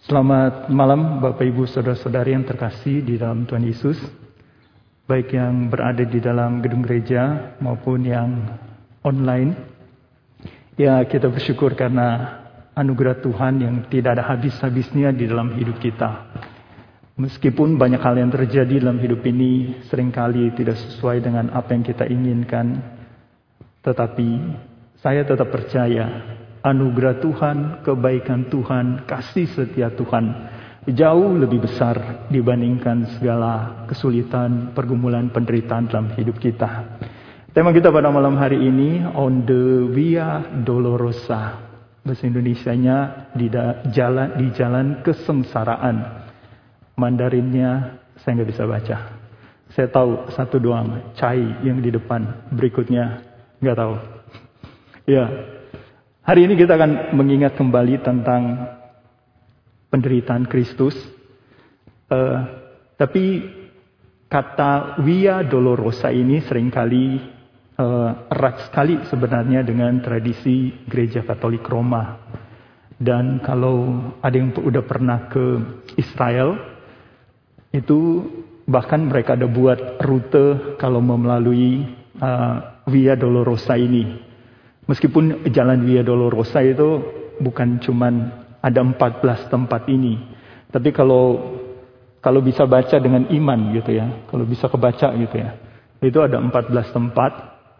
Selamat malam Bapak Ibu Saudara-saudari yang terkasih di dalam Tuhan Yesus, baik yang berada di dalam gedung gereja maupun yang online. Ya, kita bersyukur karena anugerah Tuhan yang tidak ada habis-habisnya di dalam hidup kita. Meskipun banyak hal yang terjadi dalam hidup ini seringkali tidak sesuai dengan apa yang kita inginkan, tetapi saya tetap percaya anugerah Tuhan, kebaikan Tuhan, kasih setia Tuhan jauh lebih besar dibandingkan segala kesulitan, pergumulan, penderitaan dalam hidup kita. Tema kita pada malam hari ini, On the Via Dolorosa. Bahasa Indonesianya di jalan kesengsaraan. Mandarinnya saya nggak bisa baca. Saya tahu satu doang, Chai yang di depan. Berikutnya nggak tahu. Ya. Hari ini kita akan mengingat kembali tentang penderitaan Kristus. Tapi kata Via Dolorosa ini seringkali erat sekali sebenarnya dengan tradisi Gereja Katolik Roma. Dan kalau ada yang udah pernah ke Israel, itu bahkan mereka ada buat rute kalau mau melalui Via Dolorosa ini. Meskipun jalan Via Dolorosa itu bukan cuman ada 14 tempat ini. Tapi kalau bisa baca dengan iman gitu ya. Kalau bisa kebaca gitu ya. Itu ada 14 tempat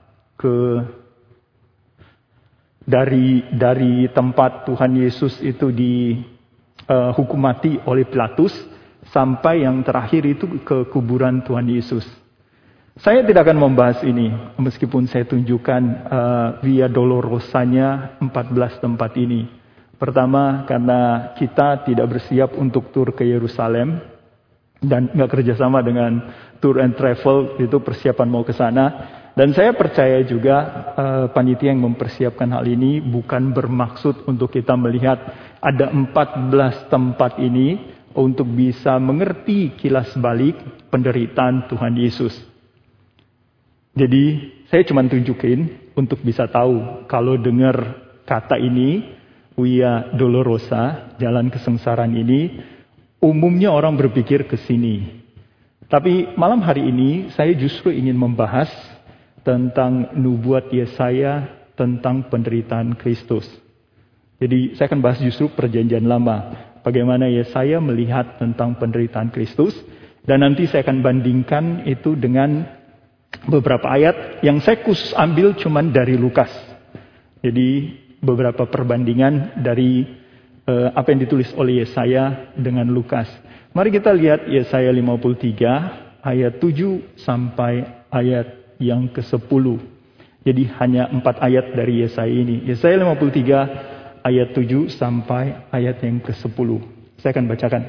dari tempat Tuhan Yesus itu dihukum mati oleh Pilatus sampai yang terakhir itu ke kuburan Tuhan Yesus. Saya tidak akan membahas ini, meskipun saya tunjukkan Via Dolorosanya 14 tempat ini. Pertama, karena kita tidak bersiap untuk tur ke Yerusalem, dan nggak kerjasama dengan Tour and Travel, itu persiapan mau ke sana. Dan saya percaya juga panitia yang mempersiapkan hal ini bukan bermaksud untuk kita melihat ada 14 tempat ini untuk bisa mengerti kilas balik penderitaan Tuhan Yesus. Jadi saya cuma tunjukin untuk bisa tahu kalau dengar kata ini, Via Dolorosa, jalan kesengsaraan ini, umumnya orang berpikir ke sini. Tapi malam hari ini saya justru ingin membahas tentang nubuat Yesaya tentang penderitaan Kristus. Jadi saya akan bahas justru perjanjian lama. Bagaimana Yesaya melihat tentang penderitaan Kristus. Dan nanti saya akan bandingkan itu dengan beberapa ayat yang saya khusus ambil cuman dari Lukas. Jadi beberapa perbandingan dari apa yang ditulis oleh Yesaya dengan Lukas. Mari kita lihat Yesaya 53 ayat 7 sampai ayat yang ke-10. Jadi hanya 4 ayat dari Yesaya ini. Yesaya 53 ayat 7 sampai ayat yang ke-10. Saya akan bacakan.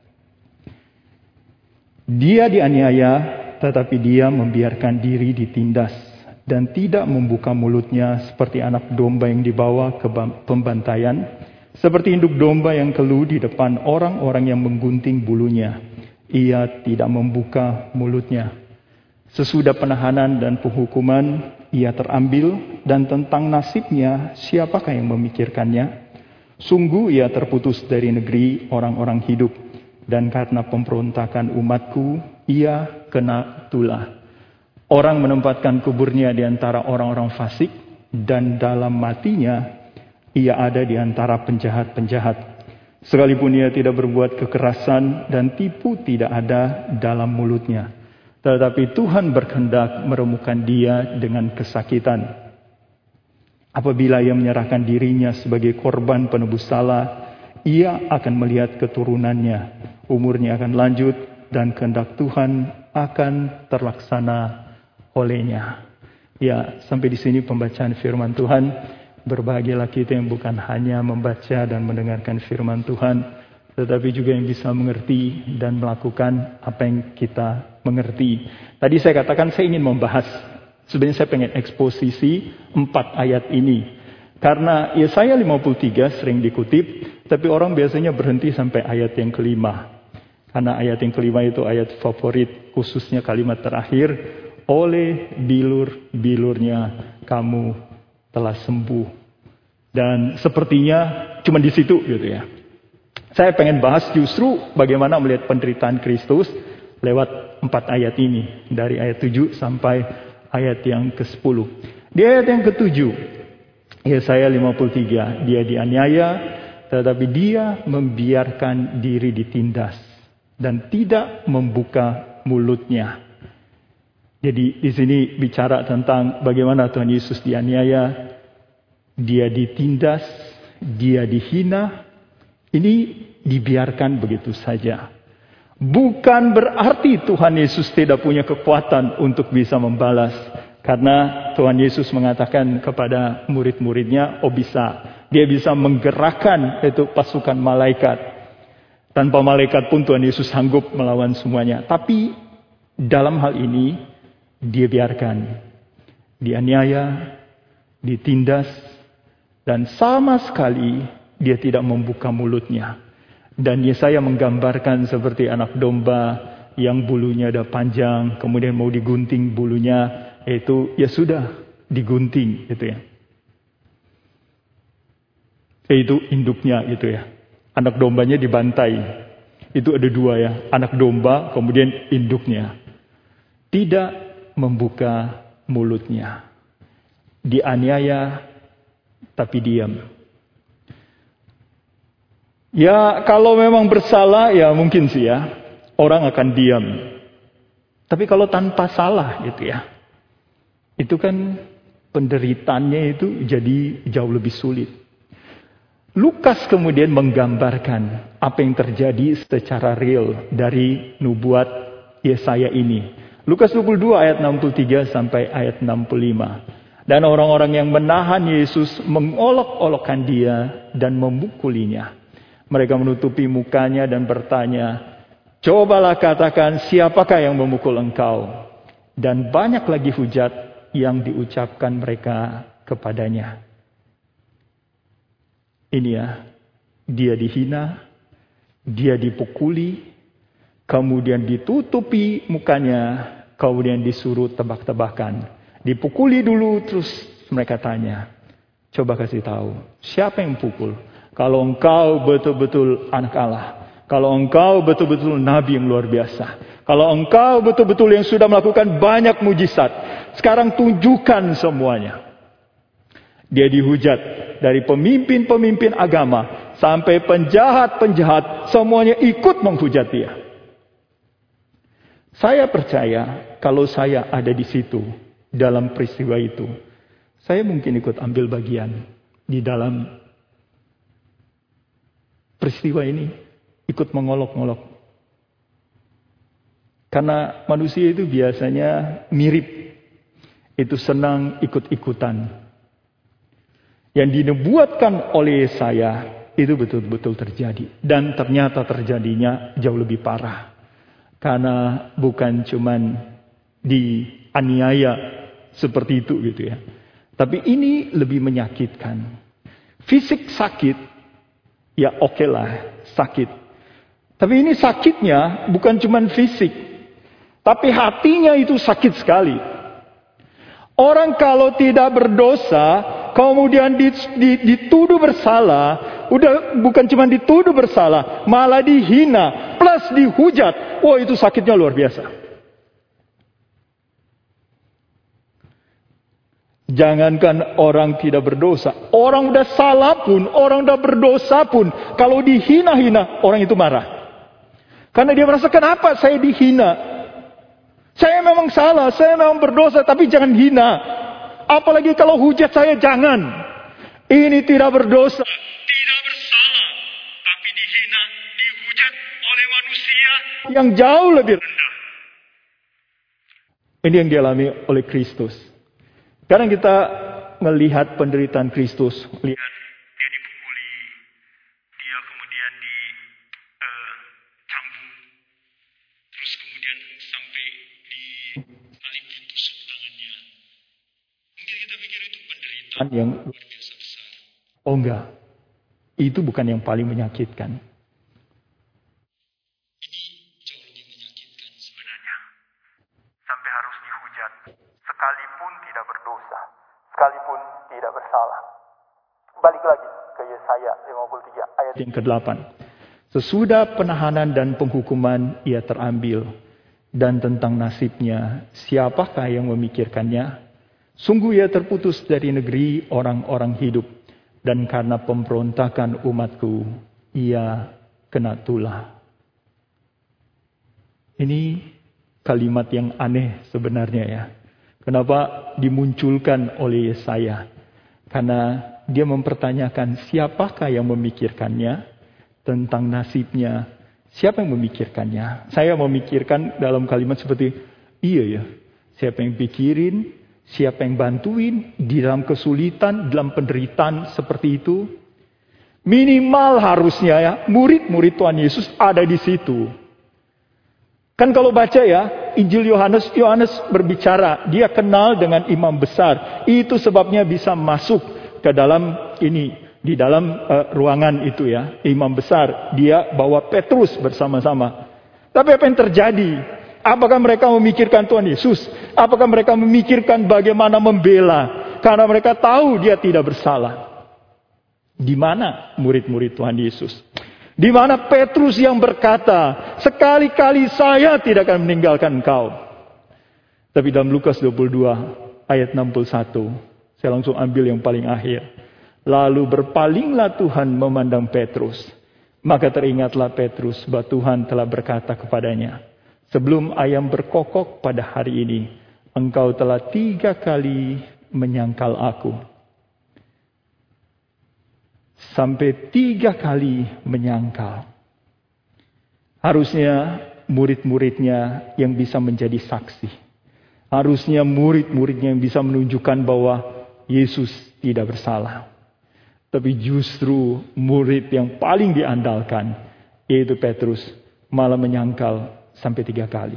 Dia dianiaya, tetapi dia membiarkan diri ditindas dan tidak membuka mulutnya seperti anak domba yang dibawa ke pembantaian, seperti induk domba yang keluh di depan orang-orang yang menggunting bulunya. Ia tidak membuka mulutnya. Sesudah penahanan dan penghukuman, ia terambil, dan tentang nasibnya siapakah yang memikirkannya? Sungguh ia terputus dari negeri orang-orang hidup, dan karena pemberontakan umatku, ia kena tulah. Orang menempatkan kuburnya di antara orang-orang fasik, dan dalam matinya ia ada di antara penjahat-penjahat. Sekalipun ia tidak berbuat kekerasan dan tipu tidak ada dalam mulutnya. Tetapi Tuhan berkehendak meremukkan dia dengan kesakitan. Apabila ia menyerahkan dirinya sebagai korban penebus salah, ia akan melihat keturunannya. Umurnya akan lanjut dan kehendak Tuhan akan terlaksana olehnya. Ya, sampai di sini pembacaan firman Tuhan. Berbahagialah kita yang bukan hanya membaca dan mendengarkan firman Tuhan, tetapi juga yang bisa mengerti dan melakukan apa yang kita mengerti. Tadi saya katakan saya ingin membahas, sebenarnya saya pengen eksposisi 4 ayat ini. Karena Yesaya 53 sering dikutip, tapi orang biasanya berhenti sampai ayat yang kelima. Karena ayat yang kelima itu ayat favorit, khususnya kalimat terakhir, oleh bilur-bilurnya kamu telah sembuh. Dan sepertinya cuma di situ gitu ya. Saya pengen bahas justru bagaimana melihat penderitaan Kristus lewat 4 ayat ini. Dari ayat 7 sampai ayat yang ke-10. Di ayat yang ke-7, Yesaya 53, dia dianiaya, tetapi dia membiarkan diri ditindas dan tidak membuka mulutnya. Jadi di sini bicara tentang bagaimana Tuhan Yesus dianiaya, dia ditindas, dia dihina. Ini dibiarkan begitu saja. Bukan berarti Tuhan Yesus tidak punya kekuatan untuk bisa membalas. Karena Tuhan Yesus mengatakan kepada murid-muridnya, bisa. Dia bisa menggerakkan itu pasukan malaikat. Tanpa malaikat pun Tuhan Yesus sanggup melawan semuanya. Tapi dalam hal ini, dia biarkan. Dianiaya, ditindas, dan sama sekali dia tidak membuka mulutnya. Dan Yesaya menggambarkan seperti anak domba yang bulunya ada panjang, kemudian mau digunting bulunya, itu ya sudah digunting gitu ya. Itu induknya gitu ya. Anak dombanya dibantai. Itu ada 2 ya, anak domba kemudian induknya. Tidak membuka mulutnya. Dianiaya tapi diam. Ya kalau memang bersalah ya mungkin sih ya. Orang akan diam. Tapi kalau tanpa salah gitu ya. Itu kan penderitaannya itu jadi jauh lebih sulit. Lukas kemudian menggambarkan apa yang terjadi secara real dari nubuat Yesaya ini. Lukas 22 ayat 63 sampai ayat 65. Dan orang-orang yang menahan Yesus mengolok-olokkan dia dan memukulinya. Mereka menutupi mukanya dan bertanya, "Cobalah katakan siapakah yang memukul engkau?" Dan banyak lagi hujat yang diucapkan mereka kepadanya. Ini ya, dia dihina, dia dipukuli, kemudian ditutupi mukanya, kemudian disuruh tebak-tebakan. Dipukuli dulu, terus mereka tanya, "Coba kasih tahu, siapa yang pukul? Kalau engkau betul-betul anak Allah, kalau engkau betul-betul nabi yang luar biasa, kalau engkau betul-betul yang sudah melakukan banyak mujizat, sekarang tunjukkan semuanya." Dia dihujat dari pemimpin-pemimpin agama sampai penjahat-penjahat, semuanya ikut menghujat dia. Saya percaya kalau saya ada di situ dalam peristiwa itu, saya mungkin ikut ambil bagian di dalam peristiwa ini, ikut mengolok-olok. Karena manusia itu biasanya mirip, itu senang ikut-ikutan. Yang dinubuatkan oleh Yesaya itu betul-betul terjadi. Dan ternyata terjadinya jauh lebih parah. Karena bukan cuman dianiaya seperti itu gitu ya. Tapi ini lebih menyakitkan. Fisik sakit, ya oke lah, sakit. Tapi ini sakitnya bukan cuman fisik. Tapi hatinya itu sakit sekali. Orang kalau tidak berdosa, kemudian dituduh bersalah, udah bukan cuma dituduh bersalah, malah dihina, plus dihujat. Wah, itu sakitnya luar biasa. Jangankan orang tidak berdosa, orang udah salah pun, orang udah berdosa pun, kalau dihina-hina, orang itu marah. Karena dia merasa, kenapa saya dihina? Saya memang salah, saya memang berdosa, tapi jangan hina. Apalagi kalau hujat saya, jangan. Ini tidak berdosa, tidak bersalah, tapi dihina, dihujat oleh manusia yang jauh lebih rendah. Ini yang dialami oleh Kristus. Sekarang kita melihat penderitaan Kristus. Lihat, dia dipukuli, dia kemudian dicambuk, terus kemudian sampai disalib ditusuk tangannya. Mungkin kita pikir itu penderitaan yang luar biasa besar. Oh enggak, itu bukan yang paling menyakitkan. Ini jauh lebih menyakitkan sebenarnya. Sampai harus dihujat, sekalipun tidak berdosa, sekalipun tidak bersalah. Balik lagi ke Yesaya 53 ayat yang ke-8. Sesudah penahanan dan penghukuman ia terambil. Dan tentang nasibnya, siapakah yang memikirkannya? Sungguh ia terputus dari negeri orang-orang hidup. Dan karena pemberontakan umatku, ia kena tulah. Ini kalimat yang aneh sebenarnya ya. Kenapa dimunculkan oleh Yesaya? Karena dia mempertanyakan siapakah yang memikirkannya tentang nasibnya. Siapa yang memikirkannya? Saya memikirkan dalam kalimat seperti, iya ya, siapa yang pikirin, siapa yang bantuin di dalam kesulitan, dalam penderitaan seperti itu. Minimal harusnya ya, murid-murid Tuhan Yesus ada di situ. Kan kalau baca ya, Injil Yohanes berbicara, dia kenal dengan imam besar. Itu sebabnya bisa masuk ke dalam ini. Di dalam ruangan itu ya, imam besar, dia bawa Petrus bersama-sama. Tapi apa yang terjadi? Apakah mereka memikirkan Tuhan Yesus? Apakah mereka memikirkan bagaimana membela? Karena mereka tahu dia tidak bersalah. Di mana murid-murid Tuhan Yesus? Di mana Petrus yang berkata, sekali-kali saya tidak akan meninggalkan engkau. Tapi dalam Lukas 22 ayat 61, saya langsung ambil yang paling akhir. Lalu berpalinglah Tuhan memandang Petrus. Maka teringatlah Petrus bahwa Tuhan telah berkata kepadanya, sebelum ayam berkokok pada hari ini, engkau telah 3 kali menyangkal aku. Sampai 3 kali menyangkal. Harusnya murid-muridnya yang bisa menjadi saksi. Harusnya murid-muridnya yang bisa menunjukkan bahwa Yesus tidak bersalah. Tapi justru murid yang paling diandalkan, yaitu Petrus, malah menyangkal sampai 3 kali.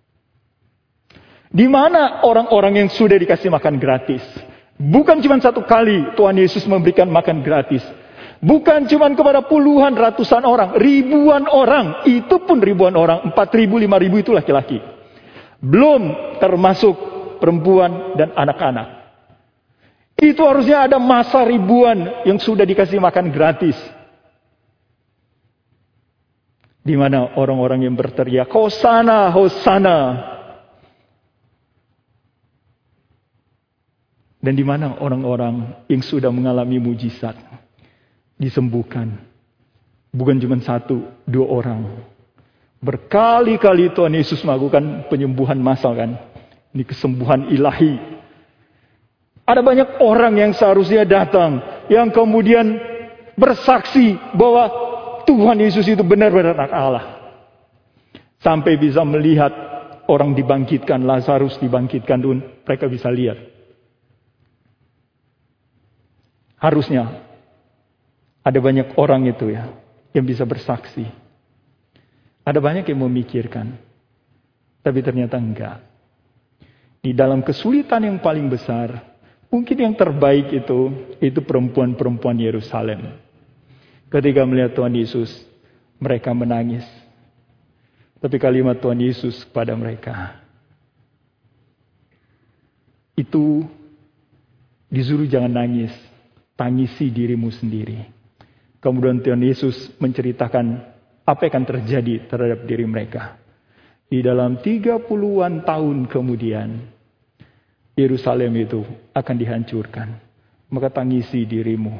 Di mana orang-orang yang sudah dikasih makan gratis? Bukan cuma 1 kali Tuhan Yesus memberikan makan gratis. Bukan cuma kepada puluhan, ratusan orang, ribuan orang. Itu pun ribuan orang, 4.000, 5.000 itu laki-laki. Belum termasuk perempuan dan anak-anak. Itu harusnya ada masa ribuan yang sudah dikasih makan gratis. Di mana orang-orang yang berteriak, Hosana, Hosana. Dan di mana orang-orang yang sudah mengalami mujizat, disembuhkan. Bukan cuma 1, 2 orang. Berkali-kali Tuhan Yesus melakukan penyembuhan massal kan. Ini kesembuhan ilahi. Ada banyak orang yang seharusnya datang, yang kemudian bersaksi bahwa Tuhan Yesus itu benar-benar anak Allah. Sampai bisa melihat orang dibangkitkan, Lazarus dibangkitkan, dan mereka bisa lihat. Harusnya ada banyak orang itu ya, yang bisa bersaksi. Ada banyak yang memikirkan, tapi ternyata enggak. Di dalam kesulitan yang paling besar, mungkin yang terbaik itu perempuan-perempuan Yerusalem. Ketika melihat Tuhan Yesus, mereka menangis. Tapi kalimat Tuhan Yesus kepada mereka, itu disuruh jangan nangis, tangisi dirimu sendiri. Kemudian Tuhan Yesus menceritakan apa yang akan terjadi terhadap diri mereka. Di dalam 30-an tahun kemudian, Yerusalem itu akan dihancurkan. Maka tangisi dirimu.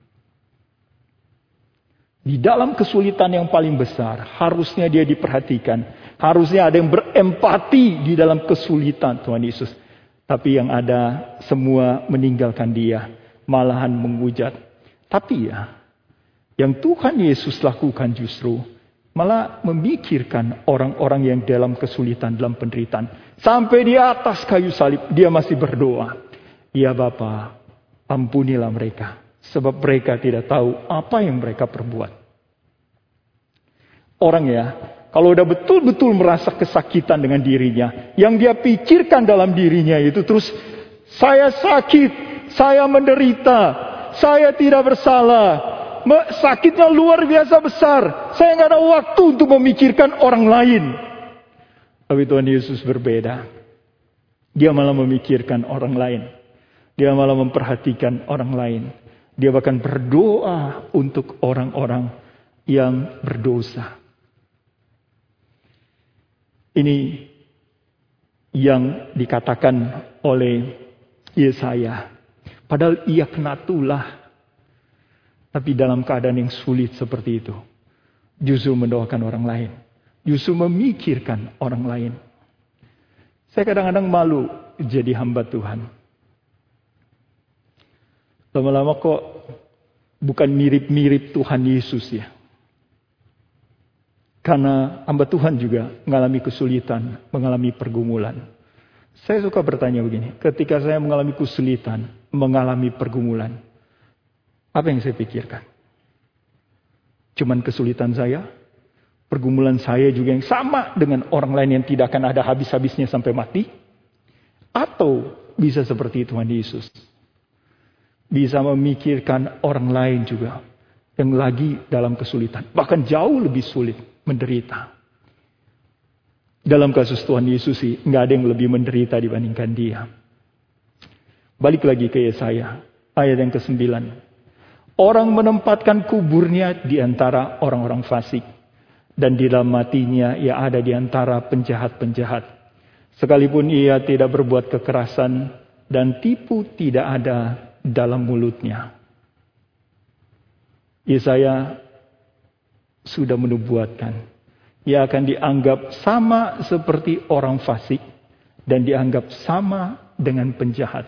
Di dalam kesulitan yang paling besar, harusnya dia diperhatikan. Harusnya ada yang berempati di dalam kesulitan Tuhan Yesus. Tapi yang ada semua meninggalkan dia. Malahan menghujat. Tapi ya, yang Tuhan Yesus lakukan justru malah memikirkan orang-orang yang dalam kesulitan, dalam penderitaan. Sampai di atas kayu salib, dia masih berdoa. Ya Bapa, ampunilah mereka. Sebab mereka tidak tahu apa yang mereka perbuat. Orang ya, kalau udah betul-betul merasa kesakitan dengan dirinya, yang dia pikirkan dalam dirinya itu terus, saya sakit, saya menderita, saya tidak bersalah. Sakitnya luar biasa besar. Saya nggak ada waktu untuk memikirkan orang lain. Tapi Tuhan Yesus berbeda. Dia malah memikirkan orang lain. Dia malah memperhatikan orang lain. Dia bahkan berdoa untuk orang-orang yang berdosa. Ini yang dikatakan oleh Yesaya. Padahal ia kena tulah. Tapi dalam keadaan yang sulit seperti itu, justru mendoakan orang lain. Justru memikirkan orang lain. Saya kadang-kadang malu jadi hamba Tuhan. Lama-lama kok bukan mirip-mirip Tuhan Yesus ya. Karena hamba Tuhan juga mengalami kesulitan, mengalami pergumulan. Saya suka bertanya begini, ketika saya mengalami kesulitan, mengalami pergumulan, apa yang saya pikirkan? Cuman kesulitan saya? Pergumulan saya juga yang sama dengan orang lain yang tidak akan ada habis-habisnya sampai mati? Atau bisa seperti Tuhan Yesus? Bisa memikirkan orang lain juga yang lagi dalam kesulitan. Bahkan jauh lebih sulit, menderita. Dalam kasus Tuhan Yesus sih, nggak ada yang lebih menderita dibandingkan dia. Balik lagi ke Yesaya, ayat yang ke-9. Orang menempatkan kuburnya di antara orang-orang fasik. Dan di dalam matinya ia ada di antara penjahat-penjahat. Sekalipun ia tidak berbuat kekerasan dan tipu tidak ada dalam mulutnya. Yesaya sudah menubuatkan. Ia akan dianggap sama seperti orang fasik. Dan dianggap sama dengan penjahat.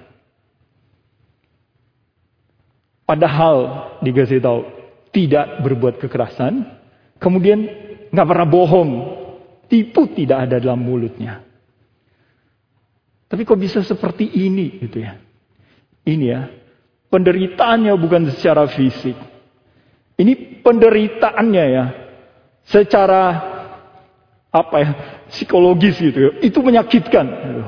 Padahal dikasih tahu tidak berbuat kekerasan, kemudian nggak pernah bohong, tipu tidak ada dalam mulutnya. Tapi kok bisa seperti ini gitu ya? Ini ya, penderitaannya bukan secara fisik. Ini penderitaannya ya, secara psikologis gitu ya. Itu menyakitkan. Gitu.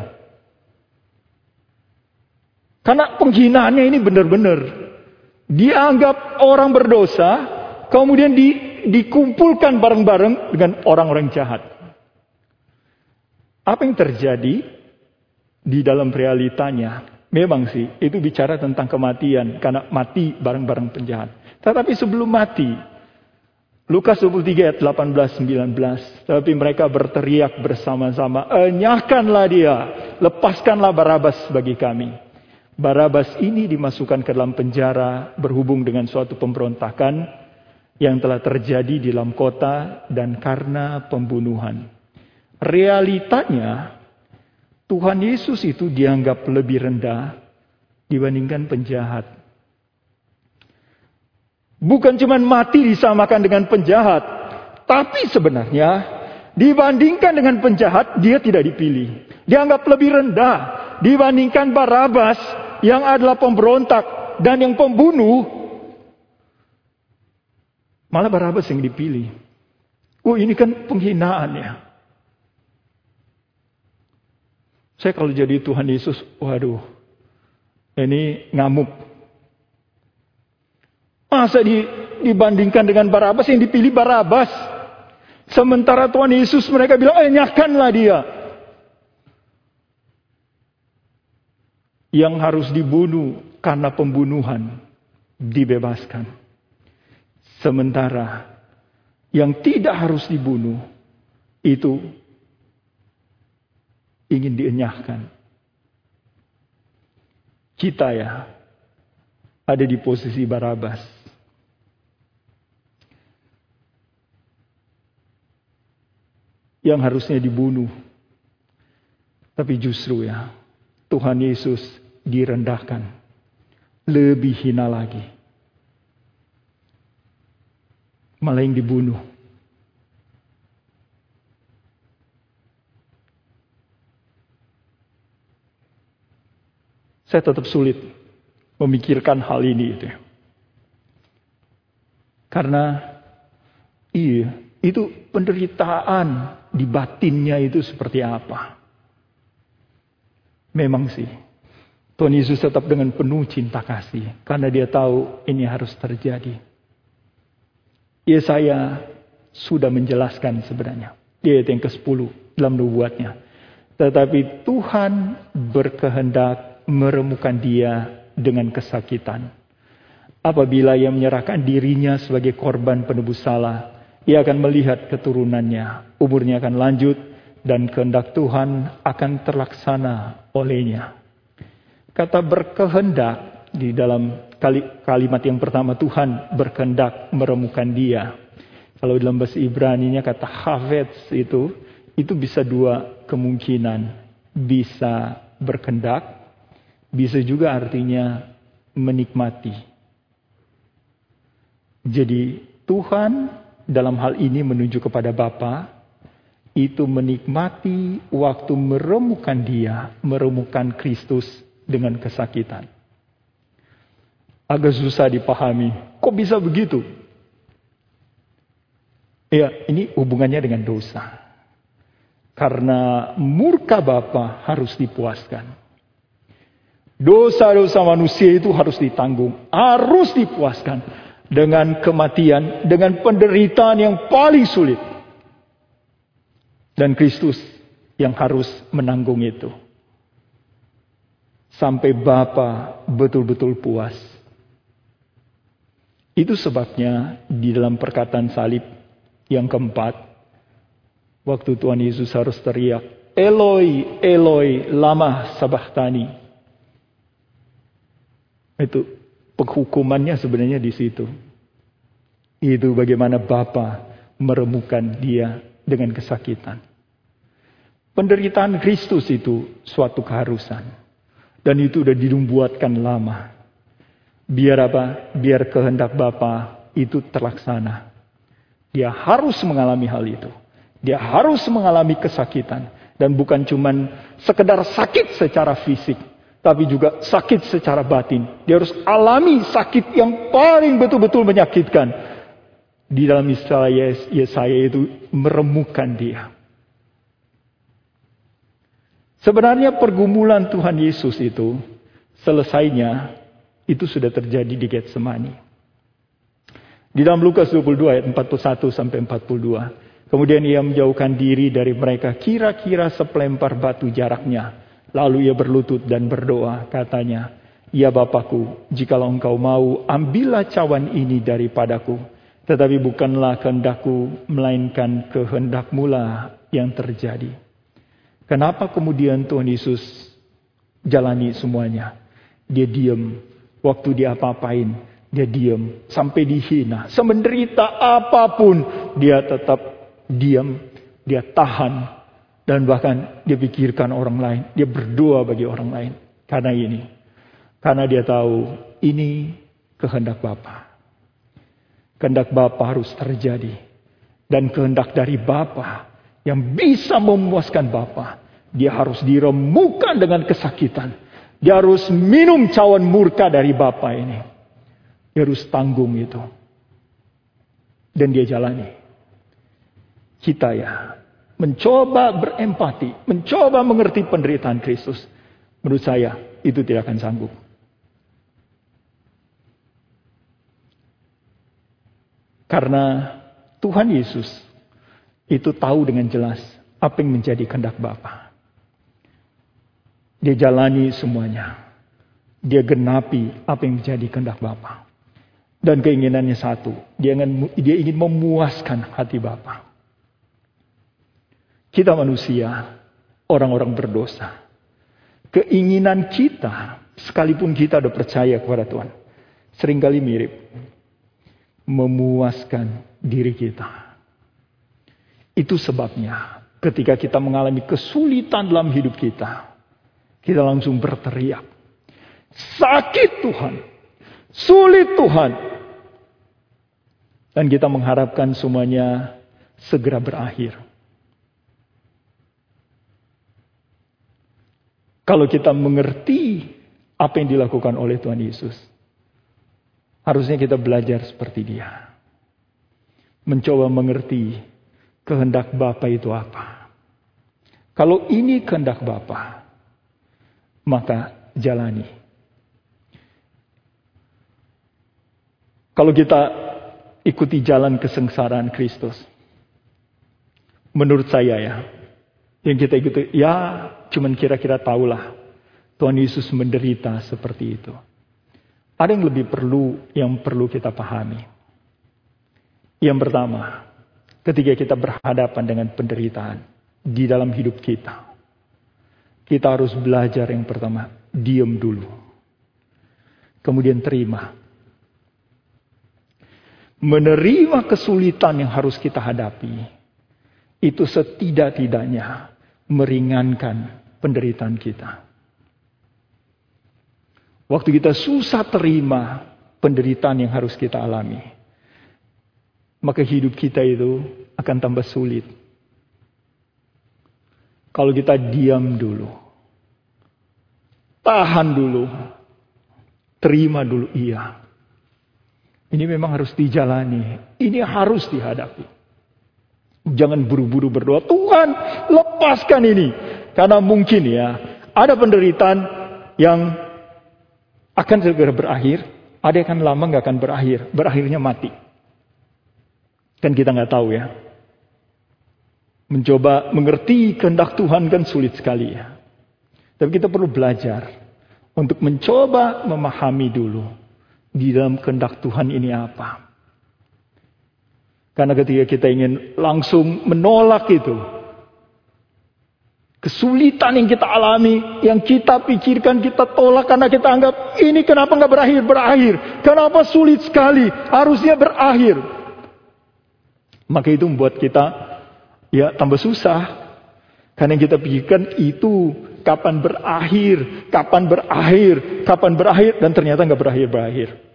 Karena penghinaannya ini benar-benar. Dianggap orang berdosa, kemudian dikumpulkan bareng-bareng dengan orang-orang jahat. Apa yang terjadi di dalam realitanya? Memang sih, itu bicara tentang kematian, karena mati bareng-bareng penjahat. Tetapi sebelum mati, Lukas 23 ayat 18-19, tapi mereka berteriak bersama-sama, enyahkanlah dia, lepaskanlah Barabas bagi kami. Barabas ini dimasukkan ke dalam penjara berhubung dengan suatu pemberontakan yang telah terjadi di dalam kota dan karena pembunuhan. Realitanya, Tuhan Yesus itu dianggap lebih rendah dibandingkan penjahat. Bukan cuma mati disamakan dengan penjahat, tapi sebenarnya dibandingkan dengan penjahat, dia tidak dipilih. Dianggap lebih rendah dibandingkan Barabas yang adalah pemberontak dan yang pembunuh. Malah Barabas yang dipilih. Ini kan penghinaan ya. Saya kalau jadi Tuhan Yesus, waduh, ini ngamuk. Masa dibandingkan dengan Barabas, yang dipilih Barabas. Sementara Tuhan Yesus mereka bilang, enyahkanlah dia. Yang harus dibunuh karena pembunuhan, dibebaskan. Sementara yang tidak harus dibunuh, itu ingin dienyahkan. Kita ya, ada di posisi Barabas. Yang harusnya dibunuh. Tapi justru ya, Tuhan Yesus direndahkan. Lebih hina lagi. Malah yang dibunuh. Saya tetap sulit memikirkan hal ini. Karena itu penderitaan di batinnya itu seperti apa. Memang sih, Tuhan Yesus tetap dengan penuh cinta kasih. Karena dia tahu ini harus terjadi. Yesaya sudah menjelaskan sebenarnya. Di ayat yang ke-10 dalam nubuatnya. Tetapi Tuhan berkehendak meremukkan dia dengan kesakitan. Apabila ia menyerahkan dirinya sebagai korban penebus salah, ia akan melihat keturunannya, umurnya akan lanjut, dan kehendak Tuhan akan terlaksana olehnya. Kata berkehendak di dalam kalimat yang pertama, Tuhan berkehendak meremukan dia. Kalau dalam bahasa Ibrani-nya kata havetz itu bisa dua kemungkinan. Bisa berkehendak, bisa juga artinya menikmati. Jadi Tuhan dalam hal ini menuju kepada Bapa, itu menikmati waktu meremukan dia, meremukan Kristus dengan kesakitan. Agak susah dipahami. Kok bisa begitu? Ya, ini hubungannya dengan dosa. Karena murka Bapa harus dipuaskan. Dosa-dosa manusia itu harus ditanggung, harus dipuaskan. Dengan kematian, dengan penderitaan yang paling sulit. Dan Kristus yang harus menanggung itu. Sampai Bapa betul-betul puas. Itu sebabnya di dalam perkataan salib yang keempat, waktu Tuhan Yesus harus teriak, Eloi, Eloi, lama sabachthani. Itu penghukumannya sebenarnya di situ. Itu bagaimana Bapa meremukan dia dengan kesakitan. Penderitaan Kristus itu suatu keharusan. Dan itu sudah dibuatkan lama. Biar apa? Biar kehendak Bapa itu terlaksana. Dia harus mengalami hal itu. Dia harus mengalami kesakitan. Dan bukan cuman sekedar sakit secara fisik. Tapi juga sakit secara batin. Dia harus alami sakit yang paling betul-betul menyakitkan. Di dalam istilah Yesaya itu meremukan dia. Sebenarnya pergumulan Tuhan Yesus itu selesainya itu sudah terjadi di Getsemani. Di dalam Lukas 22 ayat 41 sampai 42. Kemudian ia menjauhkan diri dari mereka kira-kira sepelempar batu jaraknya. Lalu ia berlutut dan berdoa, katanya, "Ya Bapakku, jikalau engkau mau, ambillah cawan ini daripadaku. Tetapi bukanlah kehendakku, melainkan kehendakmu lah yang terjadi." Kenapa kemudian Tuhan Yesus jalani semuanya? Dia diam. Waktu dia apa-apain, dia diam. Sampai dihina, semenderita apapun, dia tetap diam. Dia tahan. Dan bahkan dia pikirkan orang lain. Dia berdoa bagi orang lain. Karena ini. Karena dia tahu ini kehendak Bapa. Kehendak Bapa harus terjadi. Dan kehendak dari Bapa yang bisa memuaskan Bapa. Dia harus diremukan dengan kesakitan. Dia harus minum cawan murka dari Bapa ini. Dia harus tanggung itu. Dan dia jalani. Kita ya. Mencoba berempati, mencoba mengerti penderitaan Kristus. Menurut saya, itu tidak akan sanggup. Karena Tuhan Yesus itu tahu dengan jelas apa yang menjadi kehendak Bapa. Dia jalani semuanya. Dia genapi apa yang menjadi kehendak Bapa. Dan keinginannya satu, dia ingin memuaskan hati Bapa. Kita manusia, orang-orang berdosa. Keinginan kita, sekalipun kita sudah percaya kepada Tuhan, seringkali mirip. Memuaskan diri kita. Itu sebabnya ketika kita mengalami kesulitan dalam hidup kita, kita langsung berteriak. Sakit Tuhan. Sulit Tuhan. Dan kita mengharapkan semuanya segera berakhir. Kalau kita mengerti apa yang dilakukan oleh Tuhan Yesus, harusnya kita belajar seperti Dia. Mencoba mengerti kehendak Bapa itu apa. Kalau ini kehendak Bapa, maka jalani. Kalau kita ikuti jalan kesengsaraan Kristus, menurut saya ya, yang kita ikuti, ya cuman kira-kira tahulah Tuhan Yesus menderita seperti itu. Ada yang lebih perlu kita pahami. Yang pertama, ketika kita berhadapan dengan penderitaan di dalam hidup kita, kita harus belajar yang pertama, diam dulu. Kemudian terima. Menerima kesulitan yang harus kita hadapi, itu setidak-tidaknya meringankan penderitaan kita. Waktu kita susah terima penderitaan yang harus kita alami, maka hidup kita itu akan tambah sulit. Kalau kita diam dulu, tahan dulu, terima dulu, iya. Ini memang harus dijalani, ini harus dihadapi. Jangan buru-buru berdoa, Tuhan lepaskan ini. Karena mungkin ya, ada penderitaan yang akan segera berakhir, ada yang akan lama gak akan berakhir, berakhirnya mati. Kan kita gak tahu ya. Mencoba mengerti kehendak Tuhan kan sulit sekali ya. Tapi kita perlu belajar untuk mencoba memahami dulu di dalam kehendak Tuhan ini apa. Karena ketika kita ingin langsung menolak itu, kesulitan yang kita alami, yang kita pikirkan, kita tolak karena kita anggap ini kenapa gak berakhir? Kenapa sulit sekali? Harusnya berakhir. Maka itu membuat kita ya tambah susah. Karena yang kita pikirkan itu kapan berakhir, dan ternyata gak berakhir.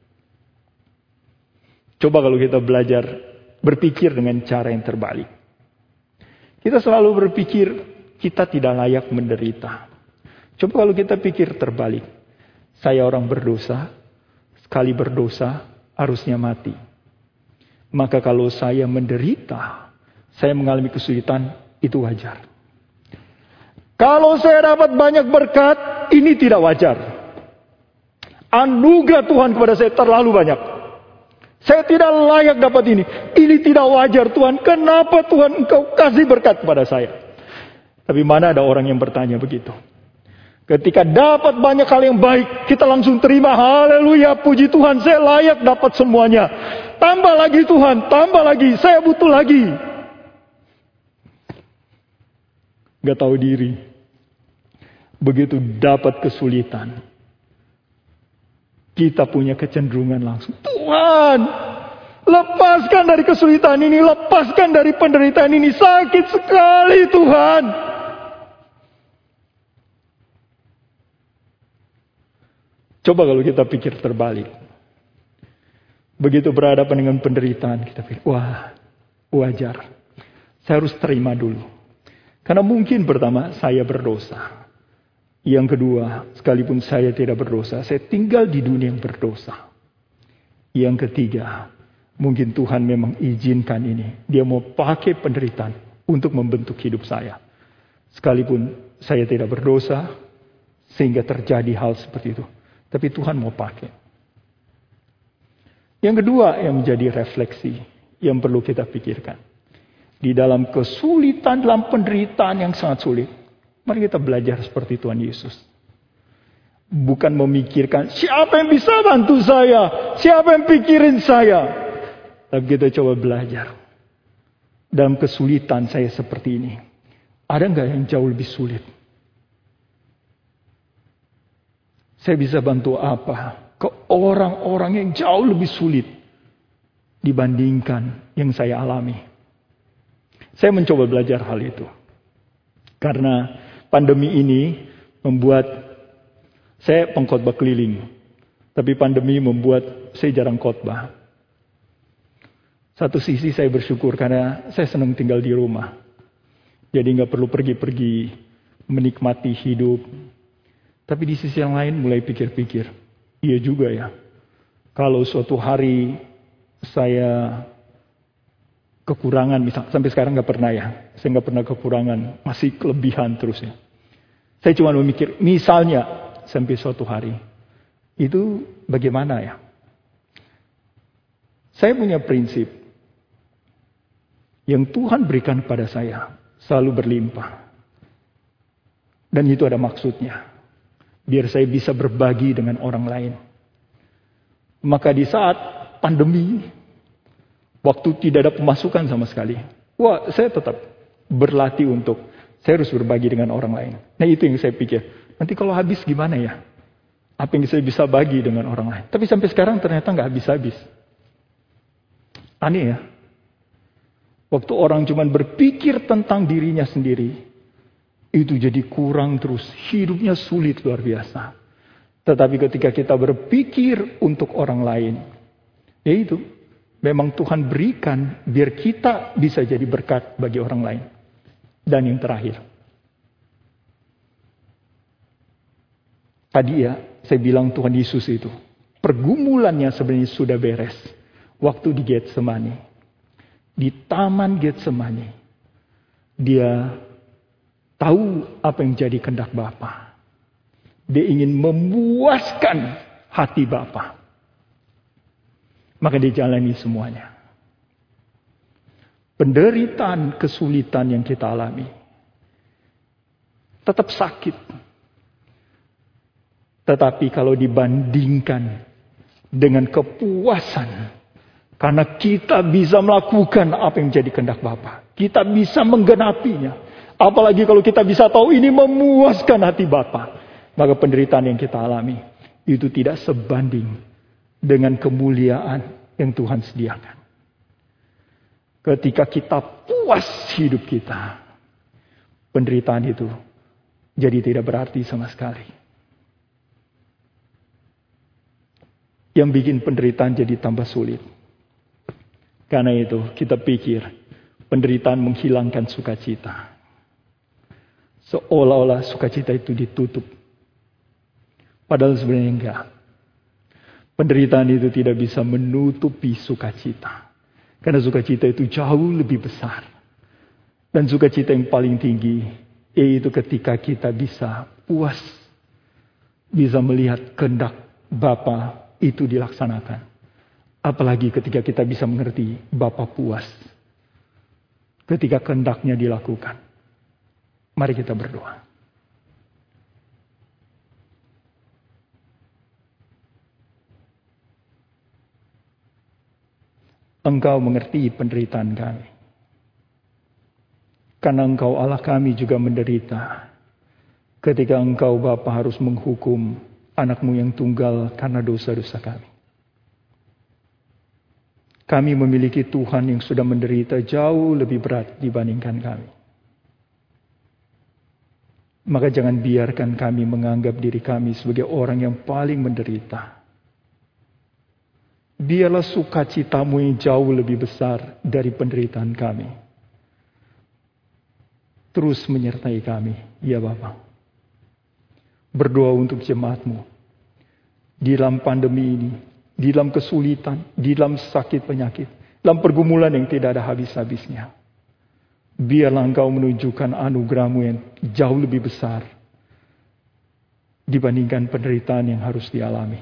Coba kalau kita belajar berpikir dengan cara yang terbalik. Kita selalu berpikir kita tidak layak menderita. Coba kalau kita pikir terbalik. Saya orang berdosa, sekali berdosa harusnya mati. Maka kalau saya menderita, saya mengalami kesulitan, itu wajar. Kalau saya dapat banyak berkat, ini tidak wajar. Anugerah Tuhan kepada saya terlalu banyak. Saya tidak layak dapat ini. Ini tidak wajar Tuhan. Kenapa Tuhan Engkau kasih berkat kepada saya? Tapi mana ada orang yang bertanya begitu. Ketika dapat banyak hal yang baik, kita langsung terima. Haleluya, puji Tuhan, saya layak dapat semuanya. Tambah lagi Tuhan, tambah lagi. Saya butuh lagi. Gak tahu diri. Begitu dapat kesulitan, kita punya kecenderungan langsung, Tuhan, lepaskan dari kesulitan ini, lepaskan dari penderitaan ini, sakit sekali Tuhan. Coba kalau kita pikir terbalik. Begitu berhadapan dengan penderitaan, kita pikir, wah, wajar. Saya harus terima dulu. Karena mungkin pertama, saya berdosa. Yang kedua, sekalipun saya tidak berdosa, saya tinggal di dunia yang berdosa. Yang ketiga, mungkin Tuhan memang izinkan ini. Dia mau pakai penderitaan untuk membentuk hidup saya. Sekalipun saya tidak berdosa, sehingga terjadi hal seperti itu. Tapi Tuhan mau pakai. Yang kedua yang menjadi refleksi, yang perlu kita pikirkan. Di dalam kesulitan, dalam penderitaan yang sangat sulit, mari kita belajar seperti Tuhan Yesus. Bukan memikirkan siapa yang bisa bantu saya, siapa yang pikirin saya. Tapi kita coba belajar. Dalam kesulitan saya seperti ini, ada nggak yang jauh lebih sulit? Saya bisa bantu apa ke orang-orang yang jauh lebih sulit dibandingkan yang saya alami? Saya mencoba belajar hal itu. Karena pandemi ini membuat saya pengkhotbah keliling. Tapi pandemi membuat saya jarang khotbah. Satu sisi saya bersyukur karena saya senang tinggal di rumah. Jadi gak perlu pergi-pergi menikmati hidup. Tapi di sisi yang lain mulai pikir-pikir. Iya juga ya. Kalau suatu hari saya kekurangan, misal sampai sekarang gak pernah ya. Saya gak pernah kekurangan, masih kelebihan terus ya. Saya cuma memikir, misalnya sampai suatu hari, itu bagaimana ya? Saya punya prinsip, yang Tuhan berikan kepada saya, selalu berlimpah. Dan itu ada maksudnya. Biar saya bisa berbagi dengan orang lain. Maka di saat pandemi, waktu tidak ada pemasukan sama sekali, saya tetap berlatih untuk saya harus berbagi dengan orang lain. Nah itu yang saya pikir, nanti kalau habis gimana ya? Apa yang saya bisa bagi dengan orang lain? Tapi sampai sekarang ternyata nggak habis-habis. Aneh ya. Waktu orang cuma berpikir tentang dirinya sendiri, itu jadi kurang terus. Hidupnya sulit luar biasa. Tetapi ketika kita berpikir untuk orang lain, ya itu, memang Tuhan berikan biar kita bisa jadi berkat bagi orang lain. Dan yang terakhir, tadi ya, saya bilang Tuhan Yesus itu, pergumulannya sebenarnya sudah beres. Waktu di Getsemani. Di taman Getsemani, dia tahu apa yang jadi kehendak Bapa. Dia ingin memuaskan hati Bapa. Maka dia jalani semuanya. Penderitaan, kesulitan yang kita alami tetap sakit. Tetapi kalau dibandingkan dengan kepuasan, karena kita bisa melakukan apa yang menjadi kehendak Bapa. Kita bisa menggenapinya. Apalagi kalau kita bisa tahu ini memuaskan hati Bapa. Maka penderitaan yang kita alami itu tidak sebanding dengan kemuliaan yang Tuhan sediakan. Ketika kita puas hidup kita, penderitaan itu jadi tidak berarti sama sekali. Yang bikin penderitaan jadi tambah sulit. Karena itu kita pikir penderitaan menghilangkan sukacita. Seolah-olah sukacita itu ditutup. Padahal sebenarnya enggak. Penderitaan itu tidak bisa menutupi sukacita. Karena sukacita itu jauh lebih besar. Dan sukacita yang paling tinggi, yaitu ketika kita bisa puas. Bisa melihat kehendak Bapa itu dilaksanakan. Apalagi ketika kita bisa mengerti Bapa puas. Ketika kehendaknya dilakukan. Mari kita berdoa. Engkau mengerti penderitaan kami. Karena Engkau Allah kami juga menderita. Ketika Engkau Bapa harus menghukum anak-Mu yang tunggal karena dosa-dosa kami. Kami memiliki Tuhan yang sudah menderita jauh lebih berat dibandingkan kami. Maka jangan biarkan kami menganggap diri kami sebagai orang yang paling menderita. Biarlah sukacitamu yang jauh lebih besar dari penderitaan kami. Terus menyertai kami, ya Bapa. Berdoa untuk jemaat-Mu. Di dalam pandemi ini, di dalam kesulitan, di dalam sakit penyakit, dalam pergumulan yang tidak ada habis-habisnya. Biarlah Engkau menunjukkan anugerah-Mu yang jauh lebih besar dibandingkan penderitaan yang harus dialami.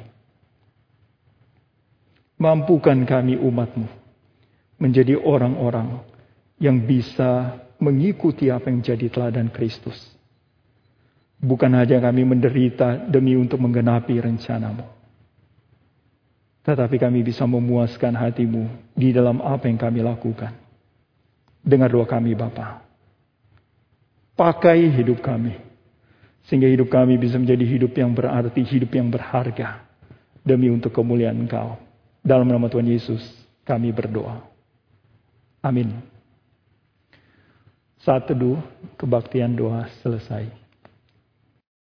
Mampukan kami umat-Mu menjadi orang-orang yang bisa mengikuti apa yang jadi teladan Kristus. Bukan hanya kami menderita demi untuk menggenapi rencana-Mu. Tetapi kami bisa memuaskan hati-Mu di dalam apa yang kami lakukan. Dengar doa kami Bapa. Pakai hidup kami. Sehingga hidup kami bisa menjadi hidup yang berarti, hidup yang berharga. Demi untuk kemuliaan Engkau. Dalam nama Tuhan Yesus kami berdoa. Amin. Saat teduh kebaktian doa selesai.